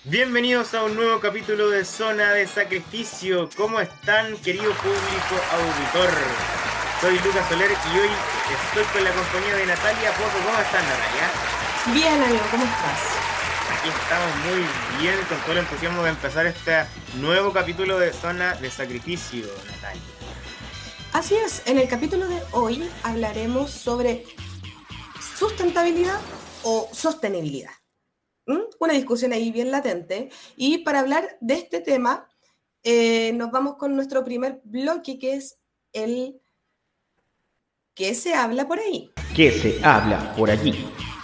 Bienvenidos a un nuevo capítulo de Zona de Sacrificio. ¿Cómo están, querido público auditor? Soy Lucas Soler y hoy estoy con la compañía de Natalia Pozo. ¿Cómo estás, Natalia? Bien, amigo, ¿cómo estás? Aquí estamos muy bien, con todo el entusiasmo de empezar este nuevo capítulo de Zona de Sacrificio, Natalia. Así es, en el capítulo de hoy hablaremos sobre sustentabilidad o sostenibilidad. Una discusión ahí bien latente. Y para hablar de este tema, nos vamos con nuestro primer bloque, que es el ¿Qué se habla por ahí? ¿Qué se habla por allí?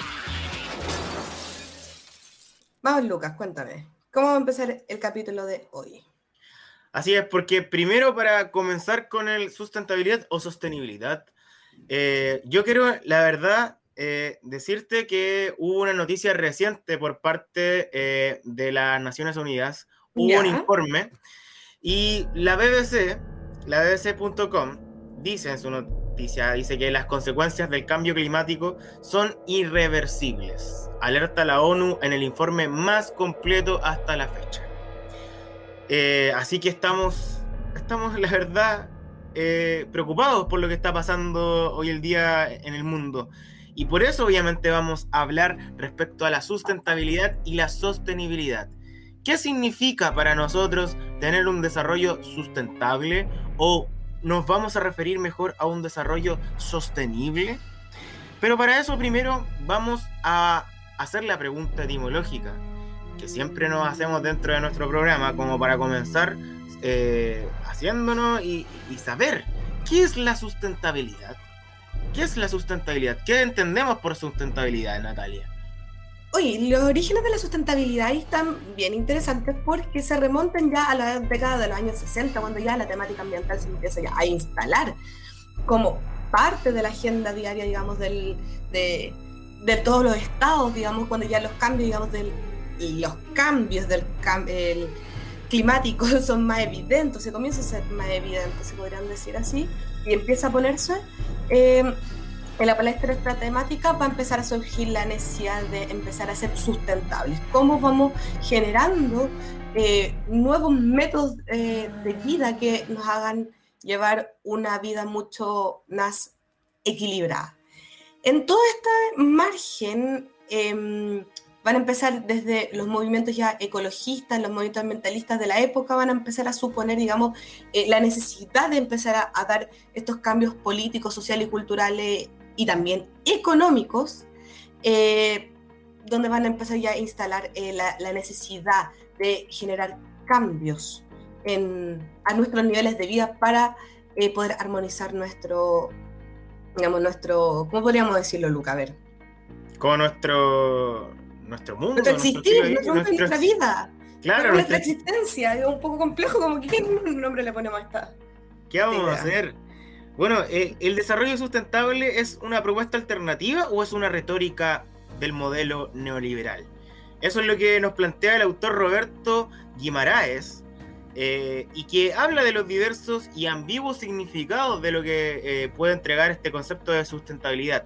Vamos, Lucas, cuéntame. ¿Cómo va a empezar el capítulo de hoy? Así es, porque primero, para comenzar con el sustentabilidad o sostenibilidad, yo quiero, la verdad, decirte que hubo una noticia reciente por parte de las Naciones Unidas, hubo un Ya. informe, y la BBC, la BBC.com, dice en su noticia, dice que las consecuencias del cambio climático son irreversibles. Alerta la ONU en el informe más completo hasta la fecha. Así que estamos, la verdad, preocupados por lo que está pasando hoy el día en el mundo. Y por eso, obviamente, vamos a hablar respecto a la sustentabilidad y la sostenibilidad. ¿Qué significa para nosotros tener un desarrollo sustentable? ¿O nos vamos a referir mejor a un desarrollo sostenible? Pero para eso, primero, vamos a hacer la pregunta etimológica que siempre nos hacemos dentro de nuestro programa, como para comenzar haciéndonos y saber qué es la sustentabilidad. ¿Qué es la sustentabilidad? ¿Qué entendemos por sustentabilidad, Natalia? Oye, los orígenes de la sustentabilidad están bien interesantes porque se remontan ya a la década de los años 60, cuando ya la temática ambiental se empieza ya a instalar como parte de la agenda diaria, digamos, de todos los estados, digamos, cuando ya los cambios, digamos, el climático son más evidentes, se comienza a ser más evidente, se podrían decir así, y empieza a ponerse en la palestra de esta temática, va a empezar a surgir la necesidad de empezar a ser sustentables. ¿Cómo vamos generando nuevos métodos de vida que nos hagan llevar una vida mucho más equilibrada? En todo este margen van a empezar desde los movimientos ya ecologistas, los movimientos ambientalistas de la época, van a empezar a suponer, digamos, la necesidad de empezar a dar estos cambios políticos, sociales y culturales y también económicos, donde van a empezar ya a instalar la necesidad de generar cambios a nuestros niveles de vida para poder armonizar nuestro, ¿cómo podríamos decirlo, Luca? A ver. Como nuestro mundo, Nuestro existir, nuestra vida. Claro, nuestra existencia. Es un poco complejo, como que ¿qué nombre le ponemos a esta? ¿Qué vamos a hacer? Bueno, ¿el desarrollo sustentable es una propuesta alternativa o es una retórica del modelo neoliberal? Eso es lo que nos plantea el autor Roberto Guimaraes, y que habla de los diversos y ambiguos significados de lo que puede entregar este concepto de sustentabilidad.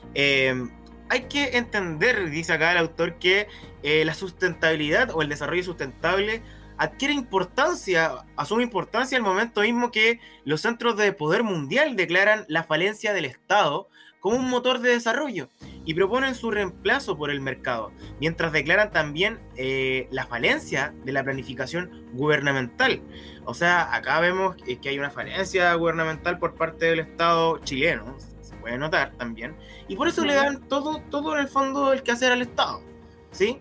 Hay que entender, dice acá el autor, que la sustentabilidad o el desarrollo sustentable asume importancia al momento mismo que los centros de poder mundial declaran la falencia del Estado como un motor de desarrollo y proponen su reemplazo por el mercado, mientras declaran también la falencia de la planificación gubernamental. O sea, acá vemos que hay una falencia gubernamental por parte del Estado chileno, se puede notar también, y por eso le dan todo en el fondo el quehacer al Estado, ¿sí?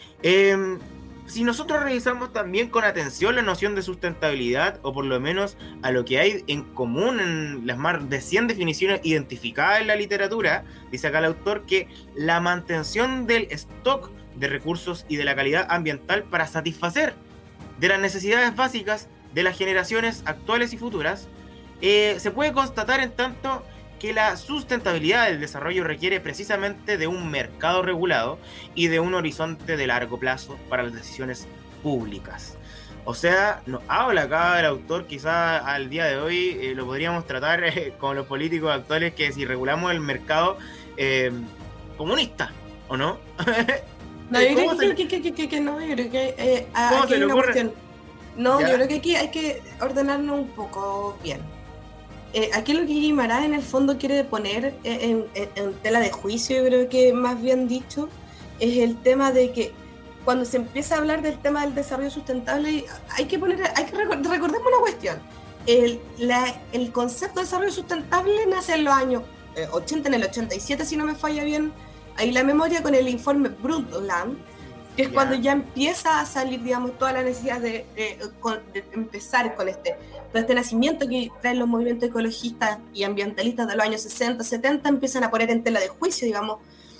Si nosotros revisamos también con atención la noción de sustentabilidad, o por lo menos a lo que hay en común en las más de 100 definiciones identificadas en la literatura, dice acá el autor que la mantención del stock de recursos y de la calidad ambiental para satisfacer de las necesidades básicas de las generaciones actuales y futuras, se puede constatar en tanto que la sustentabilidad del desarrollo requiere precisamente de un mercado regulado y de un horizonte de largo plazo para las decisiones públicas. O sea, nos habla acá el autor, quizá al día de hoy lo podríamos tratar con los políticos actuales, que si regulamos el mercado comunista, ¿o no? No, yo ¿Cómo creo se- que no, yo creo que ¿Cómo aquí se hay le una ocurre? cuestión. No, ¿Ya? yo creo que aquí hay que ordenarnos un poco bien. Aquí lo que Guimarães en el fondo quiere poner en tela de juicio, yo creo que más bien dicho, es el tema de que cuando se empieza a hablar del tema del desarrollo sustentable, recordemos una cuestión. El concepto de desarrollo sustentable nace en los años 80, en el 87, si no me falla bien ahí la memoria, con el informe Brundtland, que es Ya. cuando ya empieza a salir, digamos, toda la necesidad de empezar con todo este nacimiento que traen los movimientos ecologistas y ambientalistas de los años 60, 70, empiezan a poner en tela de juicio, digamos,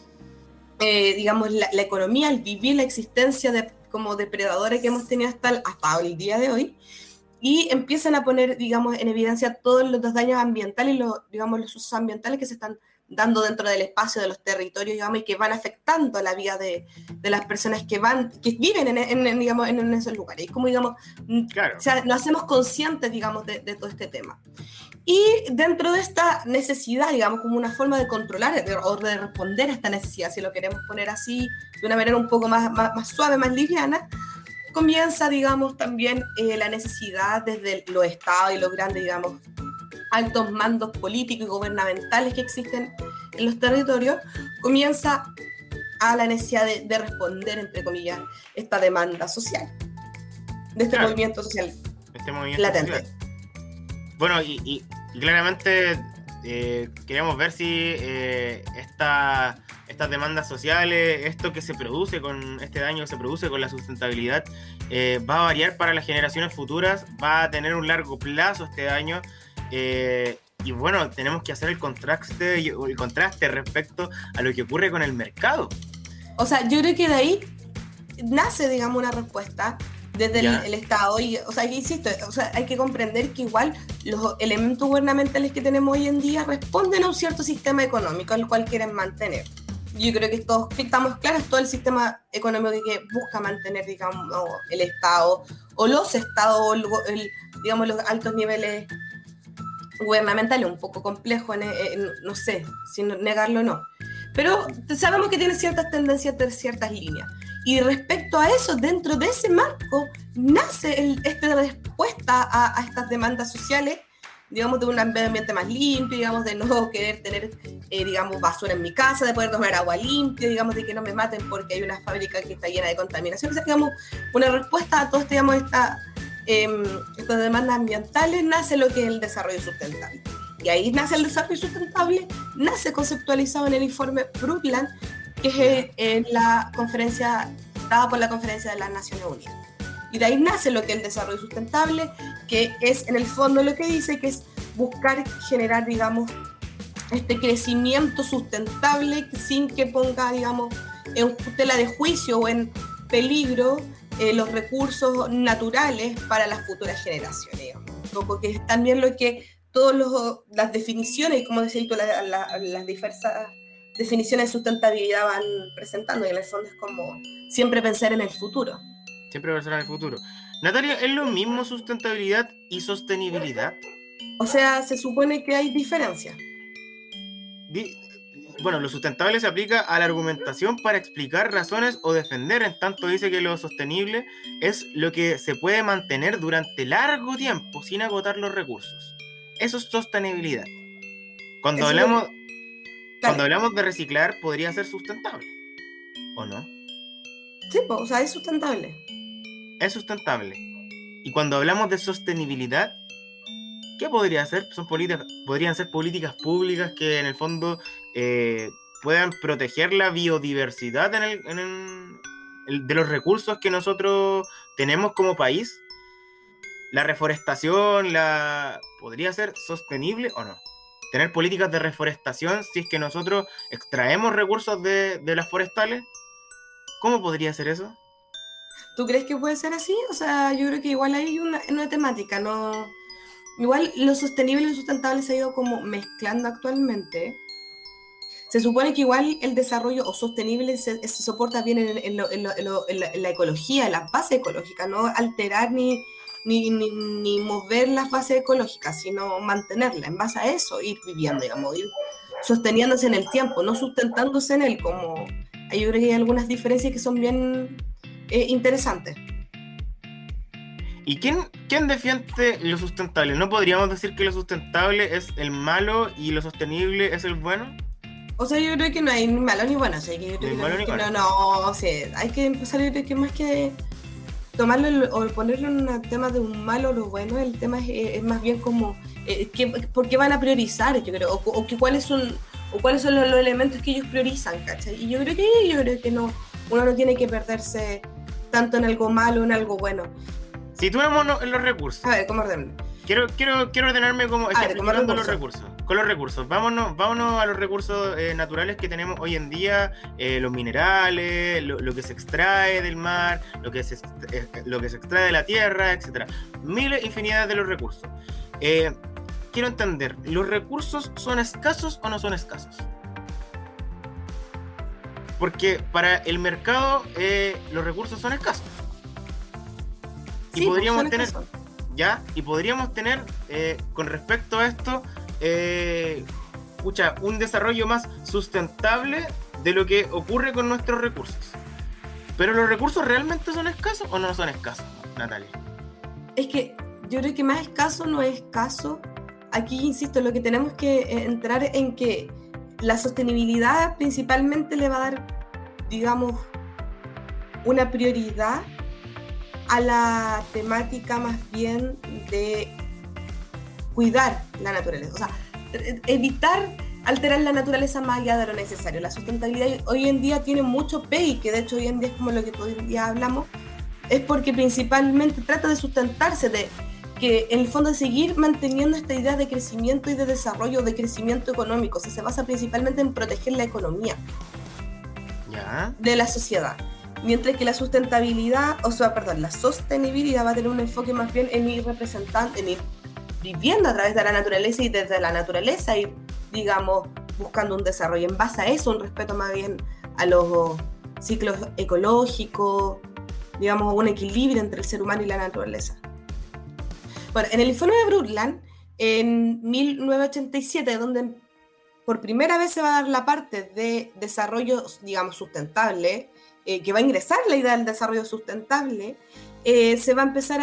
la economía, el vivir, la existencia como depredadores que hemos tenido hasta el día de hoy, y empiezan a poner, digamos, en evidencia todos los daños ambientales y los usos ambientales que se están dando dentro del espacio de los territorios, digamos, y que van afectando la vida de las personas que viven en esos lugares. Y como, digamos, Claro. o sea, nos hacemos conscientes, digamos, de todo este tema. Y dentro de esta necesidad, digamos, como una forma de controlar o de responder a esta necesidad, si lo queremos poner así, de una manera un poco más suave, más liviana, comienza, digamos, también la necesidad desde los estados y los grandes, digamos, altos mandos políticos y gubernamentales que existen en los territorios, comienza a la necesidad de responder, entre comillas, esta demanda social, de este Claro. movimiento social Este movimiento latente. social. Bueno, y claramente queremos ver si estas demandas sociales, esto que se produce con este daño que se produce con la sustentabilidad, va a variar para las generaciones futuras, va a tener un largo plazo este daño. Y bueno, tenemos que hacer el contraste respecto a lo que ocurre con el mercado. O sea, yo creo que de ahí nace, digamos, una respuesta desde el Estado. Y, o sea, insisto, o sea, hay que comprender que igual los elementos gubernamentales que tenemos hoy en día responden a un cierto sistema económico al cual quieren mantener. Yo creo que todos estamos claros, todo el sistema económico que busca mantener, digamos, el Estado o los estados, o digamos, los altos niveles gubernamentales, un poco complejo, no sé, sin negarlo o no. Pero sabemos que tiene ciertas tendencias de ciertas líneas. Y respecto a eso, dentro de ese marco, nace esta respuesta a estas demandas sociales, digamos, de un ambiente más limpio, digamos, de no querer tener, digamos, basura en mi casa, de poder tomar agua limpia, digamos, de que no me maten porque hay una fábrica que está llena de contaminación. O sea, digamos, una respuesta a todo esto, digamos, estas demandas ambientales, nace lo que es el desarrollo sustentable. Y ahí nace el desarrollo sustentable, nace conceptualizado en el informe Brundtland, que es la conferencia dada por la Conferencia de las Naciones Unidas. Y de ahí nace lo que es el desarrollo sustentable, que es en el fondo lo que dice que es buscar generar, digamos, este crecimiento sustentable sin que ponga, digamos, en tela de juicio o en peligro los recursos naturales para las futuras generaciones, digamos. Porque es también lo que todas las definiciones, como decía tú, las diversas definiciones de sustentabilidad van presentando, y en el fondo es como siempre pensar en el futuro. Siempre pensar en el futuro. Natalia, ¿es lo mismo sustentabilidad y sostenibilidad? O sea, se supone que hay diferencias. Bueno, lo sustentable se aplica a la argumentación para explicar razones o defender, en tanto dice que lo sostenible es lo que se puede mantener durante largo tiempo sin agotar los recursos. Eso es sostenibilidad. Cuando hablamos de reciclar, podría ser sustentable, ¿o no? Sí, pues, o sea, es sustentable. Es sustentable. Y cuando hablamos de sostenibilidad, ¿qué podría ser? Podrían ser políticas públicas que en el fondo puedan proteger la biodiversidad de los recursos que nosotros tenemos como país. La reforestación podría ser sostenible o no. Tener políticas de reforestación, si es que nosotros extraemos recursos de las forestales, ¿cómo podría ser eso? ¿Tú crees que puede ser así? O sea, yo creo que igual hay una temática, ¿no? Igual lo sostenible y lo sustentable se ha ido como mezclando actualmente. Se supone que igual el desarrollo o sostenible se soporta bien en la ecología, en la base ecológica, no alterar ni mover la fase ecológica, sino mantenerla en base a eso, ir viviendo, digamos, ir sosteniéndose en el tiempo, no sustentándose en él como Ahí yo creo que hay algunas diferencias que son bien interesantes. ¿Y quién defiende lo sustentable? ¿No podríamos decir que lo sustentable es el malo y lo sostenible es el bueno? O sea, yo creo que no hay ni malo ni bueno. O sea, que yo creo o sea, hay que empezar, yo creo que más que tomarlo o ponerlo en un tema de un malo o lo bueno, el tema es más bien como por qué van a priorizar, yo creo, o cuáles son los elementos que ellos priorizan, ¿cachai? Y yo creo que no, uno no tiene que perderse tanto en algo malo o en algo bueno. Situémonos en los recursos. A ver, ¿cómo ordenarme? Quiero ordenarme como ejemplificando los recursos. Con los recursos. Vámonos a los recursos naturales que tenemos hoy en día, los minerales, lo que se extrae del mar, lo que se extrae de la tierra, etcétera. Infinidad de los recursos. Quiero entender, ¿los recursos son escasos o no son escasos? Porque para el mercado los recursos son escasos. Y sí, podríamos tener... ¿Ya? Y podríamos tener, con respecto a esto, un desarrollo más sustentable de lo que ocurre con nuestros recursos. ¿Pero los recursos realmente son escasos o no son escasos, Natalia? Es que yo creo que más escaso no es escaso. Aquí, insisto, lo que tenemos que entrar en que la sostenibilidad principalmente le va a dar, digamos, una prioridad a la temática más bien de cuidar la naturaleza, o sea, evitar alterar la naturaleza más allá de lo necesario. La sustentabilidad hoy en día tiene mucho PEI, que de hecho hoy en día es como lo que hoy en día hablamos, es porque principalmente trata de sustentarse, de que en el fondo de seguir manteniendo esta idea de crecimiento y de desarrollo, de crecimiento económico, o sea, se basa principalmente en proteger la economía de la sociedad. Mientras que la sustentabilidad, la sostenibilidad va a tener un enfoque más bien en ir representando, en ir viviendo a través de la naturaleza y desde la naturaleza ir, digamos, buscando un desarrollo en base a eso, un respeto más bien a los ciclos ecológicos, digamos, un equilibrio entre el ser humano y la naturaleza. Bueno, en el informe de Brundtland, en 1987, donde por primera vez se va a dar la parte de desarrollo, digamos, sustentable, que va a ingresar la idea del desarrollo sustentable, se va a empezar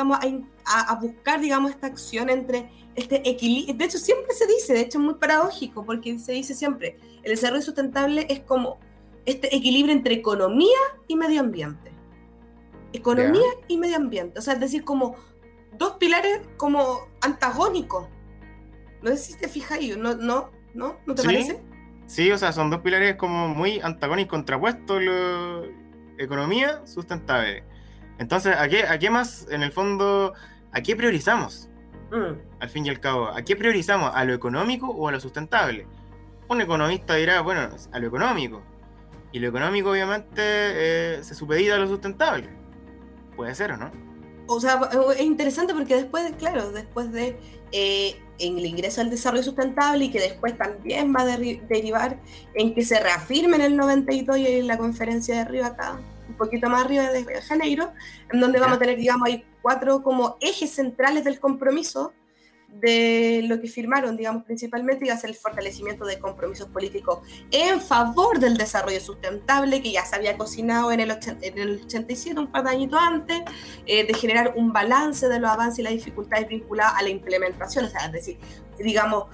a buscar, digamos, esta acción entre este equilibrio. De hecho, siempre se dice, de hecho es muy paradójico, porque se dice siempre, el desarrollo sustentable es como este equilibrio entre economía y medio ambiente. Economía y medio ambiente, o sea, es decir, como dos pilares como antagónicos. No sé si te fijas ahí, ¿no te parece? Sí, o sea, son dos pilares como muy antagónicos, contrapuestos, economía sustentable. Entonces, ¿a qué más, en el fondo, a qué priorizamos? Al fin y al cabo, ¿a qué priorizamos? ¿A lo económico o a lo sustentable? Un economista dirá, bueno, a lo económico. Y lo económico, obviamente, se supedita a lo sustentable. Puede ser, ¿o no? O sea, es interesante porque después de en el ingreso al desarrollo sustentable y que después también va a derivar en que se reafirme en el 92 y en la conferencia de Río acá, un poquito más arriba de Janeiro, en donde vamos a tener, digamos, hay 4 como ejes centrales del compromiso de lo que firmaron, digamos, principalmente iba a ser el fortalecimiento de compromisos políticos en favor del desarrollo sustentable, que ya se había cocinado en el 87, un par de añitos antes, de generar un balance de los avances y las dificultades vinculadas a la implementación, o sea, es decir, digamos,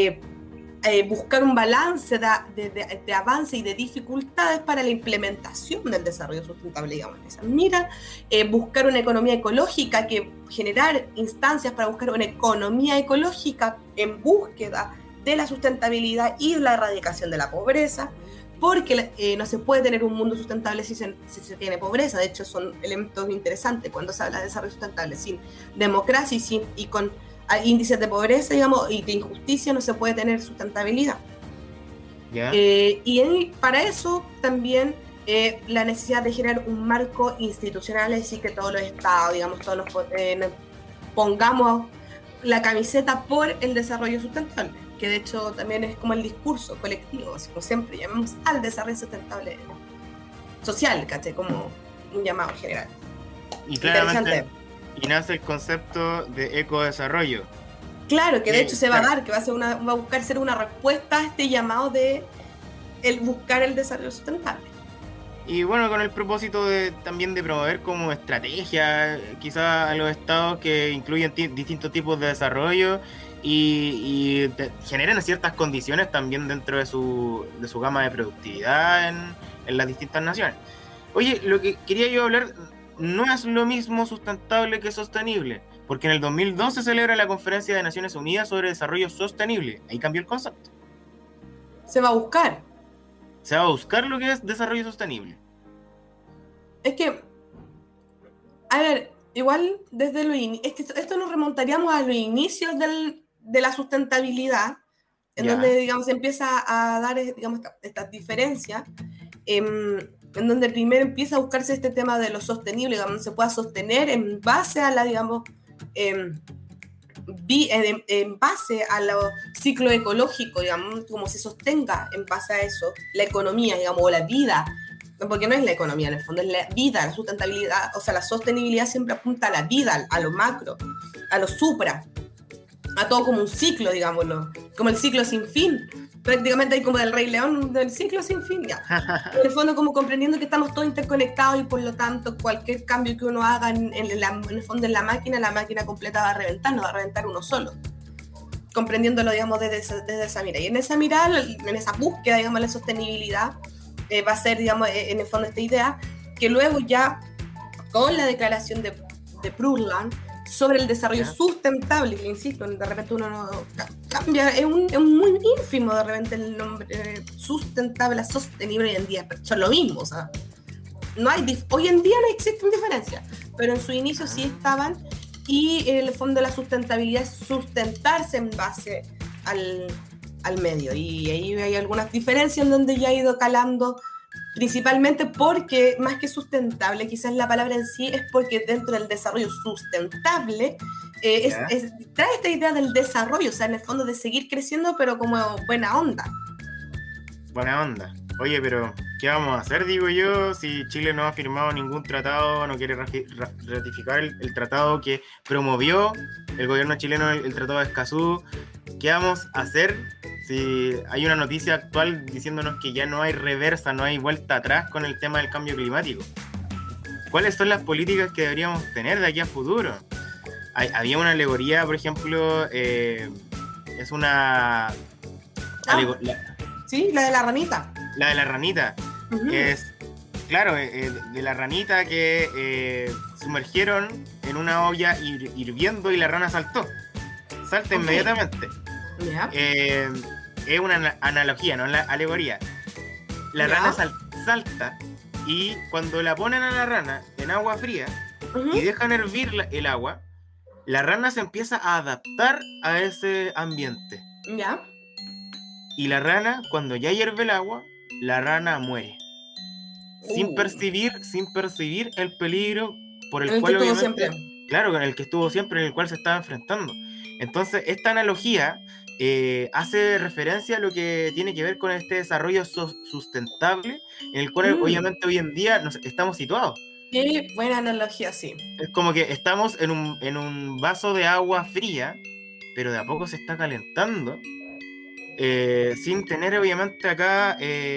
buscar un balance de avance y de dificultades para la implementación del desarrollo sustentable, digamos, en esa mira, buscar una economía ecológica, generar instancias para buscar una economía ecológica en búsqueda de la sustentabilidad y la erradicación de la pobreza, porque no se puede tener un mundo sustentable si se tiene pobreza. De hecho, son elementos interesantes cuando se habla de desarrollo sustentable. Sin democracia y con índices de pobreza, digamos, y de injusticia no se puede tener sustentabilidad. Para eso también la necesidad de generar un marco institucional, es decir, que todos los estados, digamos, todos nos pongamos la camiseta por el desarrollo sustentable, que de hecho también es como el discurso colectivo, así como siempre llamamos al desarrollo sustentable social, ¿cachai? Como un llamado general. Y claramente, y nace el concepto de ecodesarrollo. Claro, que de hecho se va a dar, que va a buscar ser una respuesta a este llamado de buscar el desarrollo sustentable. Y bueno, con el propósito también de promover como estrategia, quizás a los estados que incluyen distintos tipos de desarrollo y generan ciertas condiciones también dentro de su gama de productividad en las distintas naciones. Oye, lo que quería yo hablar no es lo mismo sustentable que sostenible, porque en el 2002 se celebra la Conferencia de Naciones Unidas sobre Desarrollo Sostenible. Ahí cambió el concepto. Se va a buscar. Se va a buscar lo que es desarrollo sostenible. Es que, a ver, igual desde esto nos remontaríamos a los inicios de la sustentabilidad, en donde, digamos, se empieza a dar, digamos, estas diferencias, en donde primero empieza a buscarse este tema de lo sostenible, digamos, se pueda sostener en base a la, digamos, en base a los ciclos ecológicos, digamos, como se sostenga en base a eso, la economía, digamos, o la vida, porque no es la economía en el fondo, es la vida, la sustentabilidad, o sea, la sostenibilidad siempre apunta a la vida, a lo macro, a lo supra, a todo como un ciclo, digámoslo, como el ciclo sin fin. Prácticamente hay como del Rey León del ciclo sin fin, ya. En el fondo como comprendiendo que estamos todos interconectados y por lo tanto cualquier cambio que uno haga en el fondo en la máquina completa va a reventar, no va a reventar uno solo. Comprendiéndolo, digamos, desde esa mirada. Y en esa mirada, en esa búsqueda, digamos, de la sostenibilidad, va a ser, digamos, en el fondo esta idea, que luego ya con la declaración de Brundtland sobre el desarrollo sustentable, que insisto, de repente uno no cambia, es muy ínfimo de repente el nombre sustentable, sostenible hoy en día, pero son lo mismo, o sea, hoy en día no existen diferencias, pero en su inicio sí estaban, y en el fondo la sustentabilidad es sustentarse en base al medio, y ahí hay algunas diferencias en donde ya ha ido calando, principalmente porque más que sustentable, quizás la palabra en sí es porque dentro del desarrollo sustentable trae esta idea del desarrollo, o sea, en el fondo de seguir creciendo, pero como buena onda. Buena onda. Oye, pero ¿qué vamos a hacer, digo yo, si Chile no ha firmado ningún tratado, no quiere ratificar el tratado que promovió el gobierno chileno, el Tratado de Escazú? ¿Qué vamos a hacer si hay una noticia actual diciéndonos que ya no hay reversa, no hay vuelta atrás con el tema del cambio climático? ¿Cuáles son las políticas que deberíamos tener de aquí a futuro? Había una alegoría, por ejemplo, es una... Sí, la de la ranita. La de la ranita. Uh-huh. Es, claro, de la ranita que sumergieron en una olla hirviendo y la rana saltó. Salta inmediatamente. Yeah. Es una analogía, no la alegoría. La rana salta y cuando la ponen a la rana en agua fría y dejan hervir el agua, la rana se empieza a adaptar a ese ambiente. Ya. Y la rana, cuando ya hierve el agua, la rana muere. Sin percibir el peligro por el cual obviamente, claro, con el que estuvo siempre, en el cual se estaba enfrentando. Entonces, esta analogía hace referencia a lo que tiene que ver con este desarrollo sustentable, en el cual obviamente hoy en día estamos situados. Qué buena analogía, sí. Es como que estamos en un vaso de agua fría, pero de a poco se está calentando, sin tener obviamente acá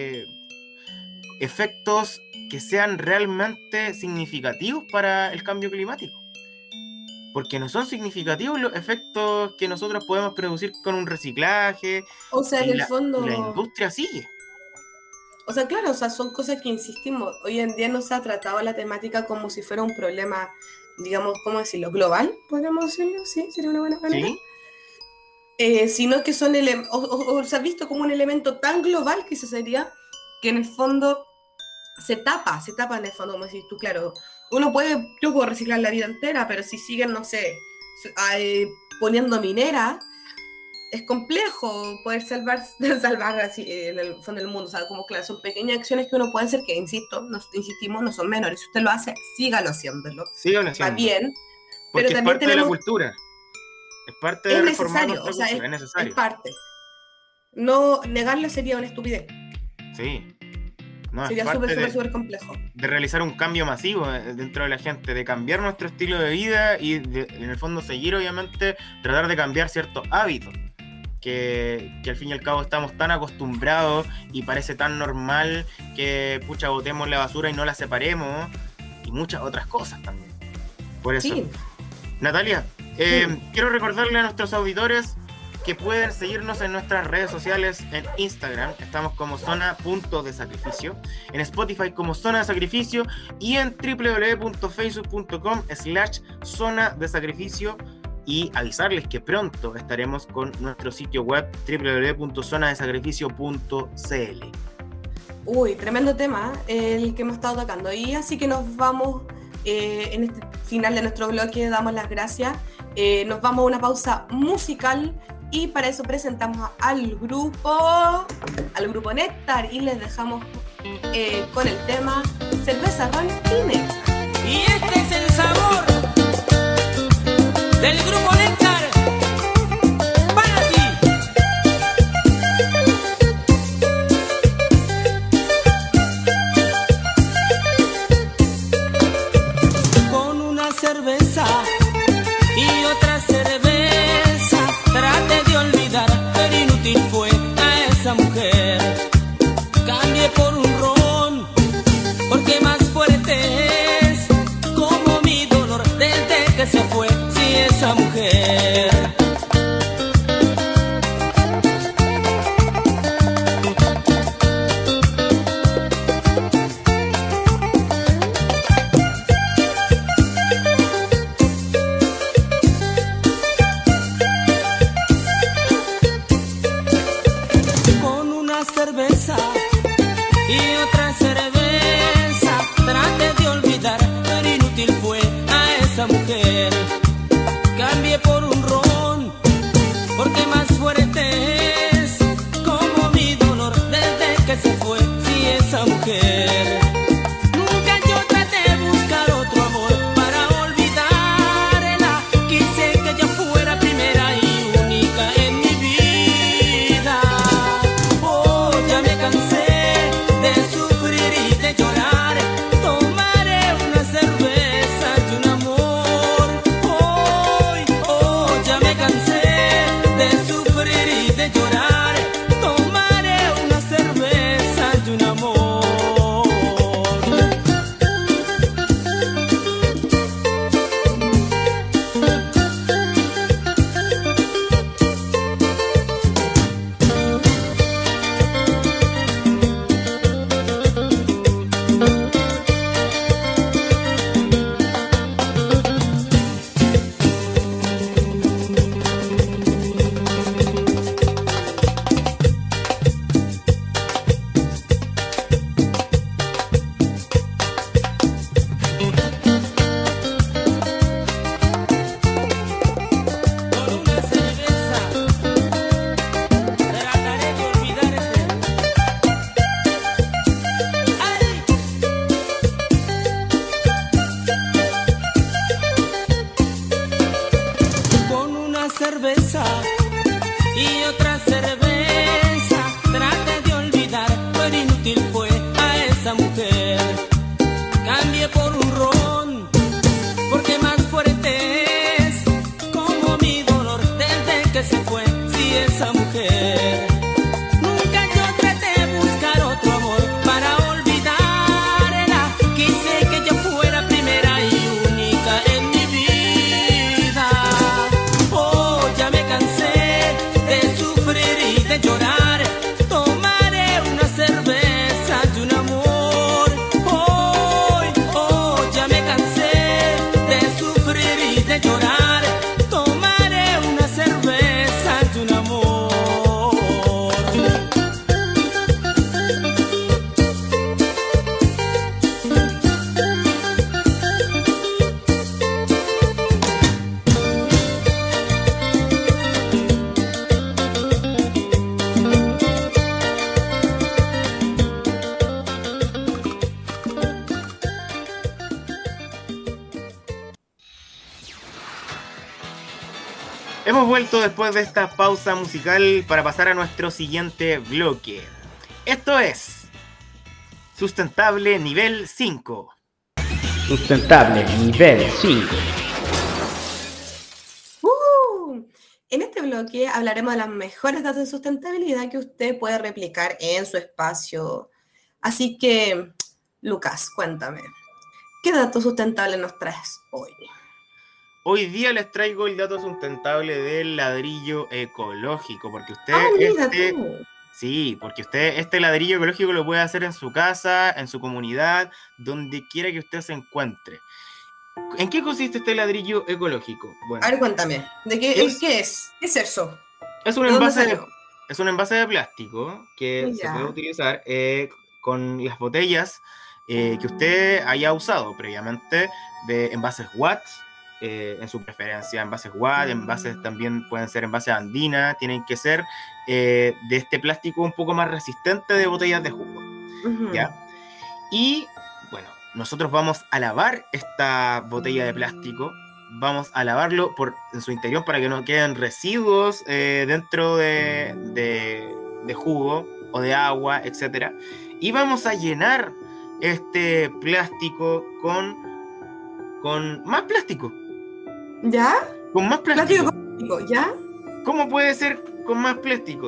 efectos que sean realmente significativos para el cambio climático. Porque no son significativos los efectos que nosotros podemos producir con un reciclaje. O sea, en el fondo... La industria sigue. O sea, claro, o sea, son cosas que insistimos. Hoy en día no se ha tratado la temática como si fuera un problema, digamos, ¿cómo decirlo? Global, podríamos decirlo, sí, sería una buena manera. ¿Sí? Sino que son o se ha visto como un elemento tan global que sería que en el fondo se tapa en el fondo, como decís tú, claro. Yo puedo reciclar la vida entera, pero si siguen, no sé, poniendo minera, es complejo poder salvar así en el fondo del mundo. O sea, como claro, son pequeñas acciones que uno puede hacer que, insistimos, no son menores. Si usted lo hace, sígalo haciéndolo. Va bien. Porque pero es parte de la cultura. Es parte de necesario, o sea, es necesario. Es parte. No negarlo sería una estupidez. Sí. No, sería súper complejo. De realizar un cambio masivo dentro de la gente, de cambiar nuestro estilo de vida y en el fondo seguir, obviamente, tratar de cambiar ciertos hábitos que al fin y al cabo estamos tan acostumbrados y parece tan normal que, pucha, botemos la basura y no la separemos, y muchas otras cosas también. Por eso, Sí. Natalia, quiero recordarle a nuestros auditores que pueden seguirnos en nuestras redes sociales. En Instagram estamos como zona.desacrificio, en Spotify como Zona de Sacrificio y en www.facebook.com/zona-de-sacrificio, y avisarles que pronto estaremos con nuestro sitio web www.zonadesacrificio.cl. Uy, tremendo tema el que hemos estado tocando. Y así que nos vamos, en este final de nuestro bloque, damos las gracias. Nos vamos a una pausa musical y para eso presentamos al grupo Néctar y les dejamos con el tema Cerveza, Ron y Néctar. Y este es el sabor del grupo Néctar. Para ti. Con una cerveza y otra cerveza traté de olvidar, pero inútil fue a esa mujer. Cambié por un ron, porque más fuerte es como mi dolor desde que se fue, si esa mujer. Con una cerveza y otra cerveza traté de olvidar, pero inútil fue a esa mujer. Cambié por un ron, porque más fuerte es como mi dolor desde que se fue, si esa mujer. Nunca yo traté de buscar otro amor para olvidarla. Quise que ella fuera primera y única en mi vida. Oh, ya me cansé de sufrir y de llorar. Tomaré una cerveza y un amor. Oh, ya me cansé de sufrir y de llorar. Tomaré una cerveza y un amor. Con una cerveza trataré de olvidarte. ¡Ay! Con una cerveza y otra cerveza traté de olvidar, pero inútil fue a esa mujer. Cambié por un ron, porque más fuerte es como mi dolor desde que se fue, si esa mujer. Nunca yo traté de buscar otro amor para olvidarla. Quise que ella fuera primera y única en mi vida. Oh, ya me cansé de sufrir y de llorar. Tomaré una cerveza y un amor. Oh, ya me cansé de sufrir y de llorar. Tomaré una cerveza y un amor. Hemos vuelto después de esta pausa musical para pasar a nuestro siguiente bloque. Esto es Sustentable Nivel 5. Sustentable nivel 5. En este bloque hablaremos de las mejores datos de sustentabilidad que usted puede replicar en su espacio. Así que, Lucas, cuéntame, ¿qué datos sustentables nos traes hoy? Hoy día les traigo el dato sustentable del ladrillo ecológico, porque usted Mira tú. sí, porque usted este ladrillo ecológico lo puede hacer en su casa, en su comunidad, donde quiera que usted se encuentre. ¿En qué consiste este ladrillo ecológico? Bueno, A ver, cuéntame, ¿qué es? ¿Qué es eso? es un ¿De dónde envase salió? es un envase de plástico que se Ya. puede utilizar con las botellas que usted haya usado previamente, de envases Watt, en su preferencia, envases Watt, envases también pueden ser envases Andina, tienen que ser de este plástico un poco más resistente de botellas de jugo, Ujú. ¿ya? Y bueno, nosotros vamos a lavar esta botella de plástico, vamos a lavarlo en su interior para que no queden residuos dentro de jugo o de agua, etc. Y vamos a llenar este plástico con más plástico. ¿Ya? Con más plástico. Plástico, ¿ya? ¿Cómo puede ser con más plástico?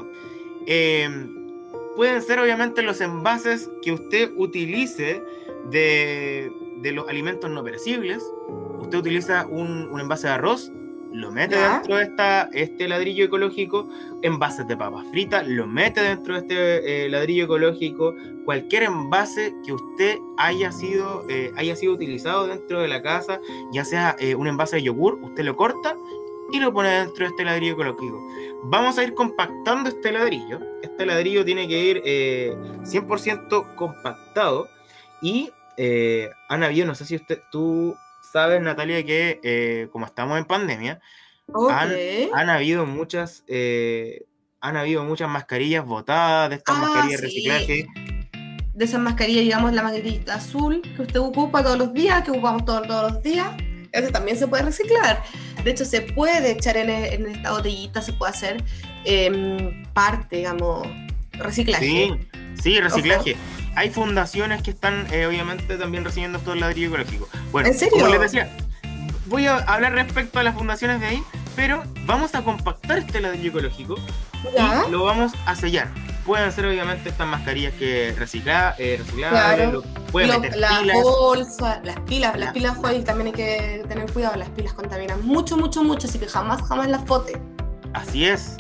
Pueden ser obviamente los envases que usted utilice de los alimentos no perecibles. Usted utiliza un envase de arroz, lo mete ¿Ya? dentro de este ladrillo ecológico. Envases de papas fritas, lo mete dentro de este ladrillo ecológico. Cualquier envase que usted haya sido utilizado dentro de la casa, ya sea un envase de yogur, usted lo corta y lo pone dentro de este ladrillo ecológico. Vamos a ir compactando este ladrillo. Este ladrillo tiene que ir 100% compactado. Y han habido, no sé si tú sabes, Natalia, que como estamos en pandemia, Ok. han habido muchas mascarillas botadas, de estas mascarillas de sí. reciclaje. De esas mascarillas, digamos, la mascarilla azul que usted ocupa todos los días, que ocupamos todos los días, esa también se puede reciclar. De hecho, se puede echar en esta botellita, se puede hacer parte, digamos, reciclaje. Sí, reciclaje. Hay fundaciones que están, obviamente, también recibiendo estos ladrillos ecológicos. Bueno, ¿En serio? como les decía, voy a hablar respecto a las fundaciones de ahí, pero vamos a compactar este ladrillo ecológico ¿Ya? y lo vamos a sellar. Pueden ser, obviamente, estas mascarillas que reciclables, Claro. pueden meter La pilas. bolsa, las pilas, joder, también hay que tener cuidado, las pilas contaminan mucho, así que jamás las bote. Así es.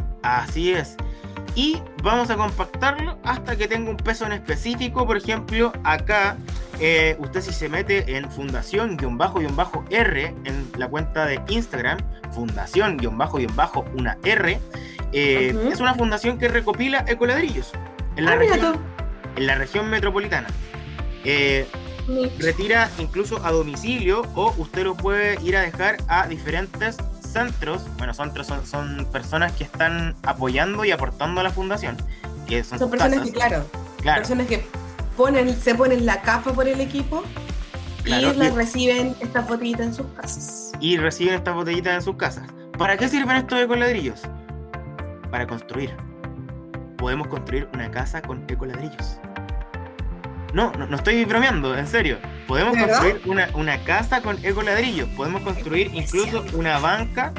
Y vamos a compactarlo hasta que tenga un peso en específico. Por ejemplo, acá, usted si se mete en fundación-R en la cuenta de Instagram, fundación-una R, es una fundación que recopila ecoladrillos en la región metropolitana. Retira incluso a domicilio, o usted lo puede ir a dejar a diferentes centros. Bueno, son personas que están apoyando y aportando a la fundación, que son personas casas. que, claro, personas que se ponen la capa por el equipo, claro, y reciben estas botellitas en sus casas. ¿Para qué sirven estos ecoladrillos? Para construir. Podemos construir una casa con ecoladrillos. No estoy bromeando, en serio. Podemos construir una casa con ecoladrillos. Podemos construir incluso una banca,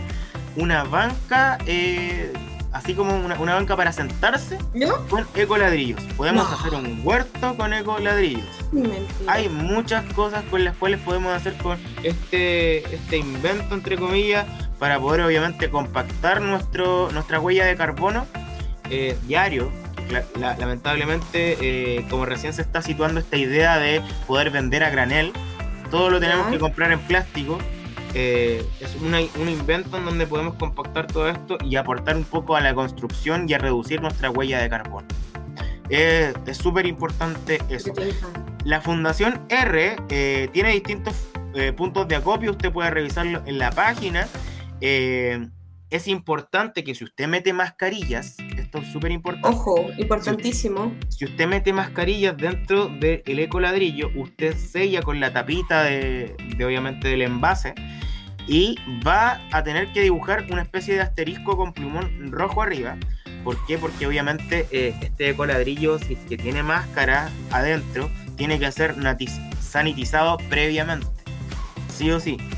así como una banca para sentarse, ¿No? con ecoladrillos. Podemos hacer un huerto con ecoladrillos. Mentira. Hay muchas cosas con las cuales podemos hacer con este invento, entre comillas, para poder obviamente compactar nuestra huella de carbono diario. Lamentablemente, como recién se está situando esta idea de poder vender a granel, todo lo tenemos que comprar en plástico. Es un invento en donde podemos compactar todo esto y aportar un poco a la construcción y a reducir nuestra huella de carbono. Es súper importante eso. La Fundación R tiene distintos puntos de acopio. Usted puede revisarlo en la página. Es importante que si usted mete mascarillas, esto es súper importante. Ojo, importantísimo. Si usted mete mascarillas dentro del ecoladrillo, usted sella con la tapita de obviamente del envase, y va a tener que dibujar una especie de asterisco con plumón rojo arriba. ¿Por qué? Porque obviamente este ecoladrillo, si es que tiene máscara adentro, tiene que ser sanitizado previamente, sí o sí.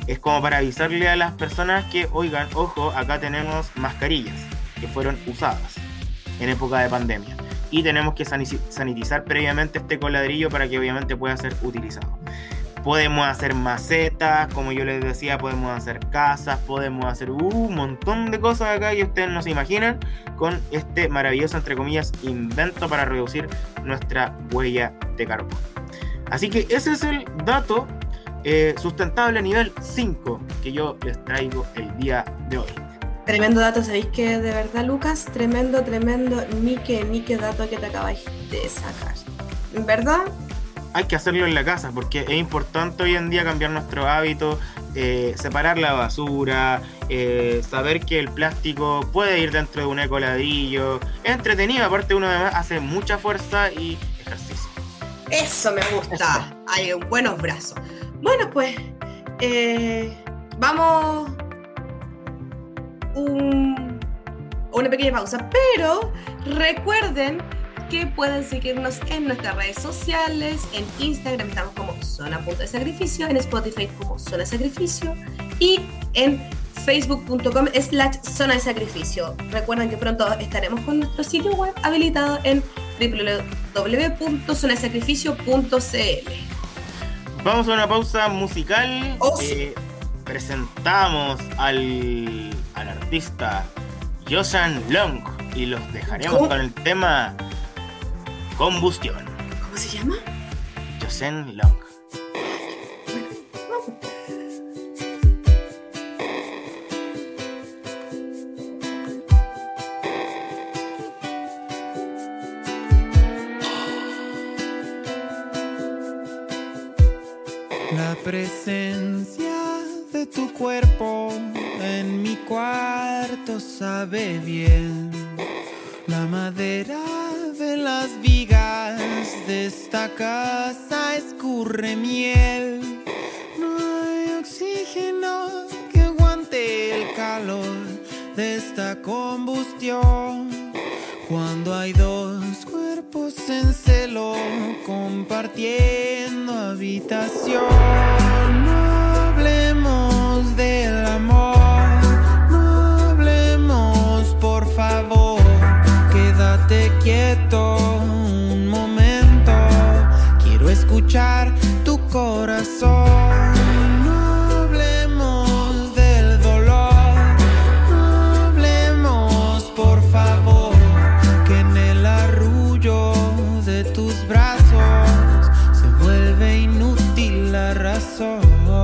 es como para avisarle a las personas que, oigan, ojo, acá tenemos mascarillas que fueron usadas en época de pandemia y tenemos que sanitizar previamente este coladrillo para que obviamente pueda ser utilizado. Podemos hacer macetas, como yo les decía, podemos hacer casas, podemos hacer un montón de cosas acá que ustedes no se imaginan con este maravilloso, entre comillas, invento para reducir nuestra huella de carbono. Así que ese es el dato sustentable nivel 5 que yo les traigo el día de hoy. Tremendo dato, ¿sabéis que de verdad, Lucas? Tremendo, ni qué dato que te acabáis de sacar. ¿Verdad? Hay que hacerlo en la casa porque es importante hoy en día cambiar nuestro hábito, separar la basura, saber que el plástico puede ir dentro de un ecoladrillo. Es entretenido, aparte uno además hace mucha fuerza y ejercicio. Eso me gusta. Eso. Hay buenos brazos. Bueno, pues vamos una pequeña pausa, pero recuerden que pueden seguirnos en nuestras redes sociales. En Instagram estamos como Zona.de-Sacrificio, en Spotify como Zona de Sacrificio y en facebook.com/Zona-de-Sacrificio. Recuerden que pronto estaremos con nuestro sitio web habilitado en www.zonadesacrificio.cl. Vamos a una pausa musical. Sí. Presentamos al artista Joseon Long y los dejaremos con el tema Combustión. ¿Cómo se llama? Joseon Long. La presencia de tu cuerpo en mi cuarto sabe bien. La madera de las vigas de esta casa escurre miel. No hay oxígeno que aguante el calor de esta combustión. Cuando hay dos cuerpos en celo compartiendo habitación. No hablemos del amor, no hablemos, por favor. Quédate quieto un momento, quiero escuchar tu corazón. No hablemos del dolor, no hablemos, por favor, que en el arrullo de tus brazos se vuelve inútil la razón.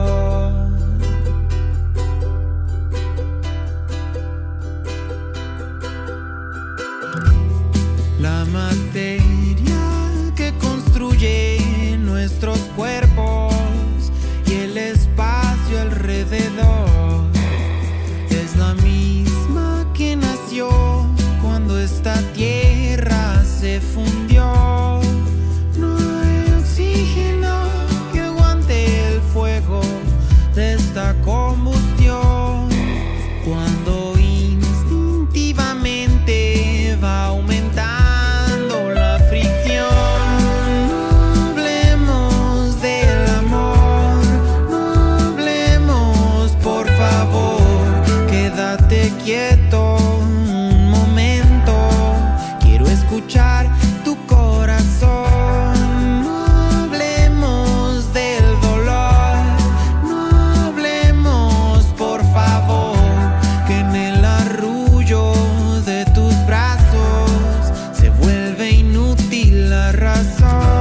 La materia que construye nuestros cuerpos y el espacio alrededor es la misma que nació cuando esta tierra se fundió. No hay oxígeno que aguante el fuego de esta combustión. Cuando instintivamente va aumentando la fricción. No hablemos del amor, no hablemos, por favor. Quédate quieto un momento, quiero escuchar tu corazón. No hablemos del dolor, no hablemos, por favor, que en el arrullo de tus brazos se vuelve inútil la razón.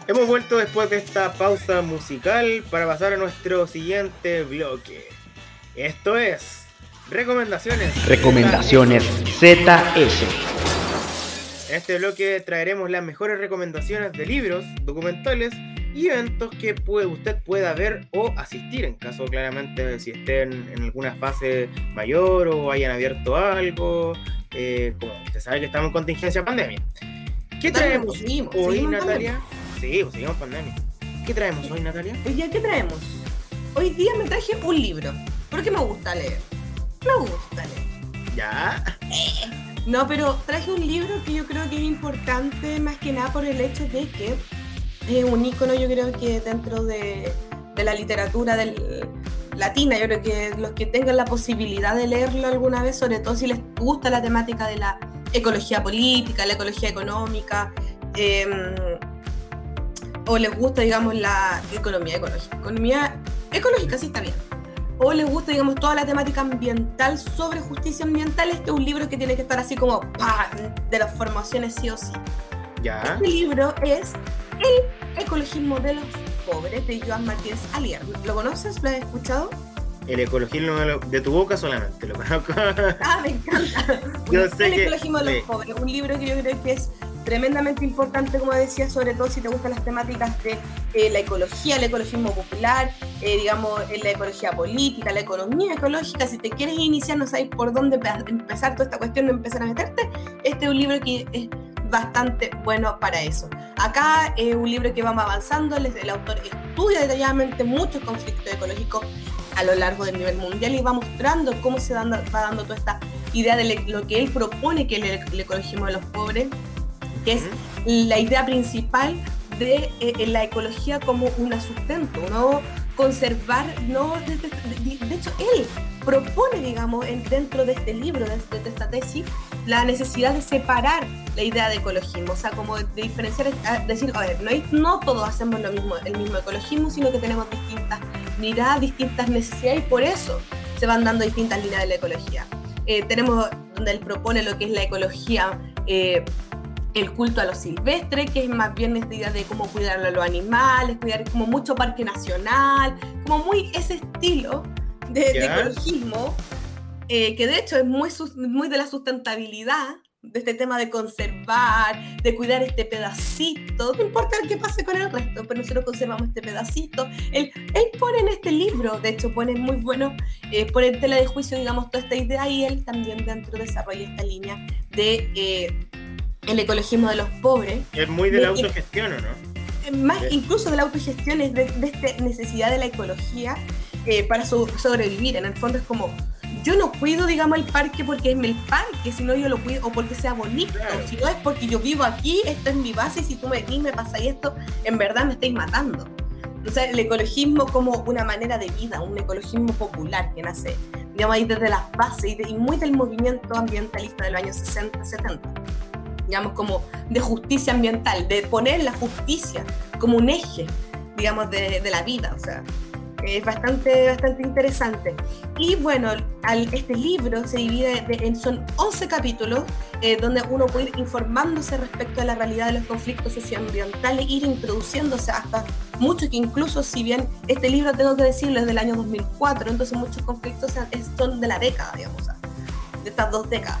Hemos vuelto después de esta pausa musical para pasar a nuestro siguiente bloque. Esto es Recomendaciones. Recomendaciones ZS. En este bloque traeremos las mejores recomendaciones de libros, documentales y eventos que usted pueda ver o asistir en caso claramente si estén en alguna fase mayor o hayan abierto algo. Como usted sabe que estamos en contingencia pandemia. ¿Qué traemos hoy, Natalia? Sí, pues seguimos pandemia. ¿Qué traemos hoy, Natalia? Hoy día, ¿qué traemos? Hoy día me traje un libro, porque me gusta leer. ¿Ya? No, pero traje un libro que yo creo que es importante más que nada por el hecho de que es un ícono, yo creo que dentro de la literatura latina, yo creo que los que tengan la posibilidad de leerlo alguna vez, sobre todo si les gusta la temática de la ecología política, la ecología económica, o les gusta, digamos, la economía ecológica, sí está bien, o les gusta, digamos, toda la temática ambiental sobre justicia ambiental, este es un libro que tiene que estar así como de las formaciones sí o sí. ¿Ya? Este libro es El ecologismo de los pobres, de Joan Martínez Alier. ¿Lo conoces? ¿Lo has escuchado? El ecologismo de tu boca solamente, lo conozco. Me encanta. El ecologismo de los pobres, un libro que yo creo que es tremendamente importante, como decía, sobre todo si te gustan las temáticas de la ecología, el ecologismo popular, digamos, la ecología política, la economía ecológica. Si te quieres iniciar, no sabes por dónde empezar toda esta cuestión, no empezar a meterte, este es un libro que es bastante bueno para eso. Acá es un libro que vamos avanzando, el autor estudia detalladamente muchos conflictos ecológicos a lo largo del nivel mundial y va mostrando cómo se va dando toda esta idea de lo que él propone que es el ecologismo de los pobres, que es la idea principal de la ecología como un sustento, no conservar, no de hecho él propone, digamos, dentro de este libro, de esta tesis, la necesidad de separar la idea de ecologismo, o sea, como de diferenciar, decir, a ver, no todos hacemos lo mismo, el mismo ecologismo, sino que tenemos distintas miradas, distintas necesidades, y por eso se van dando distintas líneas de la ecología. Tenemos donde él propone lo que es la ecología, el culto a lo silvestre, que es más bien esta idea de cómo cuidar a los animales, cuidar como mucho parque nacional, como muy ese estilo de ecologismo, que de hecho es muy de la sustentabilidad, de este tema de conservar, de cuidar este pedacito, no importa qué pase con el resto, pero nosotros conservamos este pedacito. Él pone en este libro, de hecho pone muy bueno, pone en tela de juicio, digamos, toda esta idea, y él también dentro desarrolla esta línea de el ecologismo de los pobres. Es muy de la autogestión, ¿o no? Más incluso de la autogestión, es de esta necesidad de la ecología para sobrevivir. En el fondo es como, yo no cuido, digamos, el parque porque es el parque, sino yo lo cuido o porque sea bonito, claro. Si no es porque yo vivo aquí, esto es mi base, y si tú me venís, me pasáis esto, en verdad me estáis matando. O sea, el ecologismo como una manera de vida, un ecologismo popular que nace, digamos, ahí desde las bases y muy del movimiento ambientalista de los años 60, 70. Digamos, como de justicia ambiental, de poner la justicia como un eje, digamos, de la vida, o sea, es bastante interesante. Y bueno, este libro se divide son 11 capítulos, donde uno puede ir informándose respecto a la realidad de los conflictos socioambientales, ir introduciéndose hasta muchos que incluso, si bien este libro, tengo que decirlo, es del año 2004, entonces muchos conflictos son de la década, digamos, o sea, de estas 2 décadas.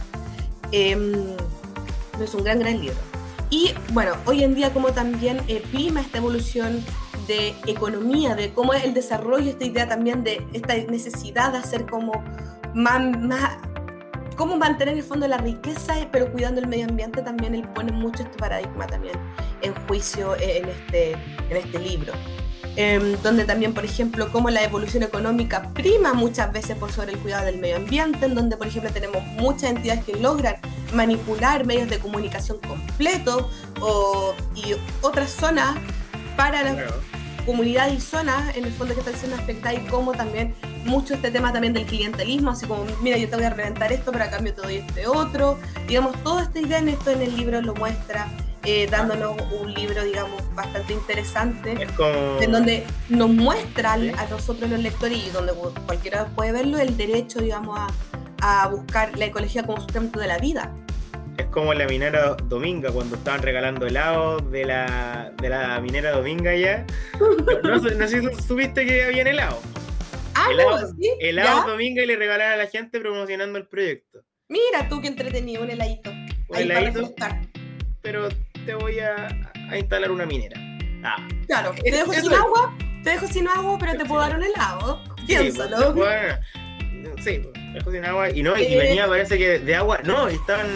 Es un gran libro. Y bueno, hoy en día como también prima esta evolución de economía, de cómo es el desarrollo, esta idea también de esta necesidad de hacer como más cómo mantener el fondo de la riqueza, pero cuidando el medio ambiente. También él pone mucho este paradigma también en juicio en este libro. Donde también, por ejemplo, cómo la evolución económica prima muchas veces por sobre el cuidado del medio ambiente, en donde, por ejemplo, tenemos muchas entidades que logran manipular medios de comunicación completos y otras zonas para la comunidad y zonas, en el fondo, que están siendo afectadas, y cómo también mucho este tema también del clientelismo, así como, mira, yo te voy a reventar esto, pero a cambio te doy este otro. Digamos, toda esta idea en el libro lo muestra, dándonos un libro, digamos, bastante interesante, en donde nos muestra a nosotros los lectores, y donde cualquiera puede verlo, el derecho, digamos, a buscar la ecología como sustento de la vida. Es como la minera Dominga, cuando estaban regalando helado de la minera Dominga ya. No sé si supiste que había helado. No, ¿sí? Helado ¿Ya? Dominga y le regalaron a la gente promocionando el proyecto. Mira tú qué entretenido, un heladito. Un Ahí para heladito. refrescar. Pero te voy a instalar una minera. Claro, te dejo Eso sin es. agua, pero te puedo dar un helado. Piénsalo. Sí, dejó sin agua. Y venía, parece que de agua. No,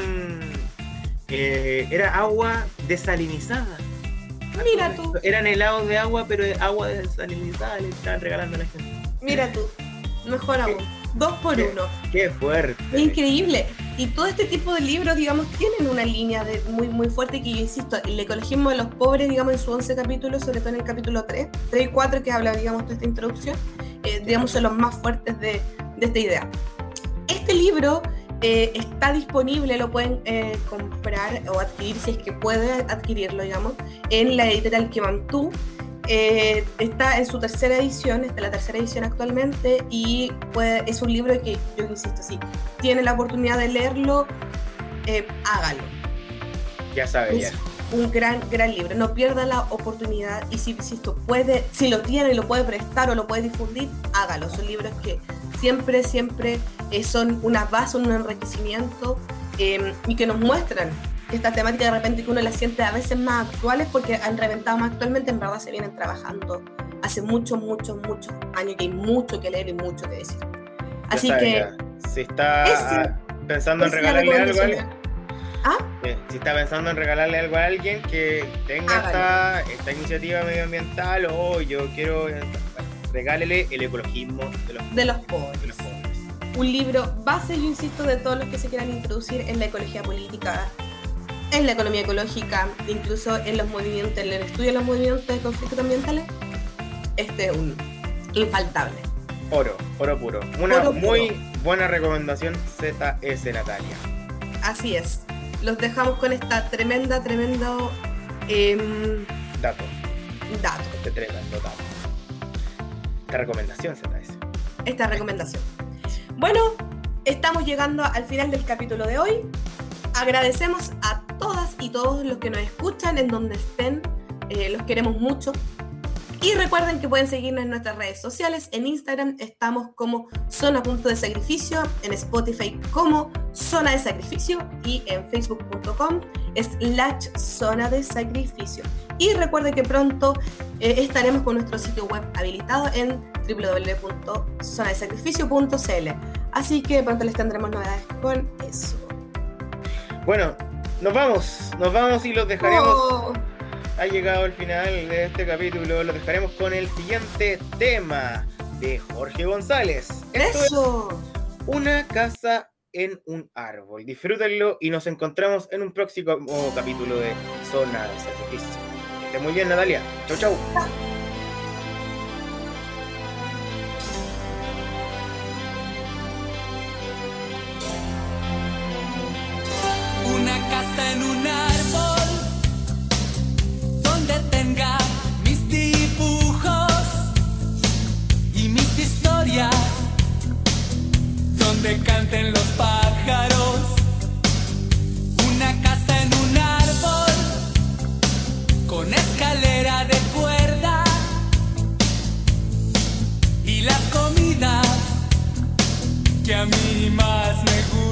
era agua desalinizada. Mira tú. Eran helados de agua, pero de agua desalinizada le estaban regalando a la gente. Mira tú. Mejor aún. 2 por 1. Qué fuerte. Es increíble. Y todo este tipo de libros, digamos, tienen una línea muy, muy fuerte que yo insisto, el ecologismo de los pobres, digamos, en sus 11 capítulos, sobre todo en el capítulo 3 y 4, que habla, digamos, de esta introducción, digamos, son los más fuertes de esta idea. Este libro está disponible, lo pueden comprar o adquirir, si es que puede adquirirlo, digamos, en la editorial Quemantú. Está en su tercera edición, está en la tercera edición actualmente, y es un libro que yo insisto, si tiene la oportunidad de leerlo, hágalo. Ya sabes, ya. Es un gran libro, no pierda la oportunidad, y si lo tiene y lo puede prestar o lo puede difundir, hágalo. Son libros que siempre son una base, un enriquecimiento, y que nos muestran esta temática de repente que uno la siente a veces más actuales porque han reventado más actualmente, en verdad se vienen trabajando hace muchos años, que hay mucho que leer y mucho que decir. Así que si está pensando en regalarle algo a alguien, si está pensando en regalarle algo a alguien que tenga esta iniciativa medioambiental, yo quiero, regálele el ecologismo de los pobres. Un libro base, yo insisto, de todos los que se quieran introducir en la ecología política, en la economía ecológica, incluso en los movimientos, en el estudio de los movimientos de conflictos ambientales. Este es un infaltable. Oro puro. Una muy buena recomendación, ZS Natalia. Así es. Los dejamos con esta tremendo dato. Esta recomendación, ZS. Esta recomendación. Bueno, estamos llegando al final del capítulo de hoy. Agradecemos a todas y todos los que nos escuchan en donde estén, los queremos mucho. Y recuerden que pueden seguirnos en nuestras redes sociales. En Instagram estamos como Zona.de-Sacrificio, en Spotify como Zona de Sacrificio y en Facebook.com/Zona de Sacrificio. Y recuerden que pronto estaremos con nuestro sitio web habilitado en www.zonadesacrificio.cl. Así que pronto les tendremos novedades con eso. Bueno, nos vamos y los dejaremos. Ha llegado el final de este capítulo, los dejaremos con el siguiente tema de Jorge González. Esto es Una casa en un árbol. Disfrútenlo y nos encontramos en un próximo capítulo de Zona de Sacrificio. Que esté muy bien, Natalia. Chau. Una casa en un árbol donde tenga mis dibujos y mis historias, donde canten los pájaros. Una casa en un árbol con escalera de cuerda y las comidas que a mí más me gustan.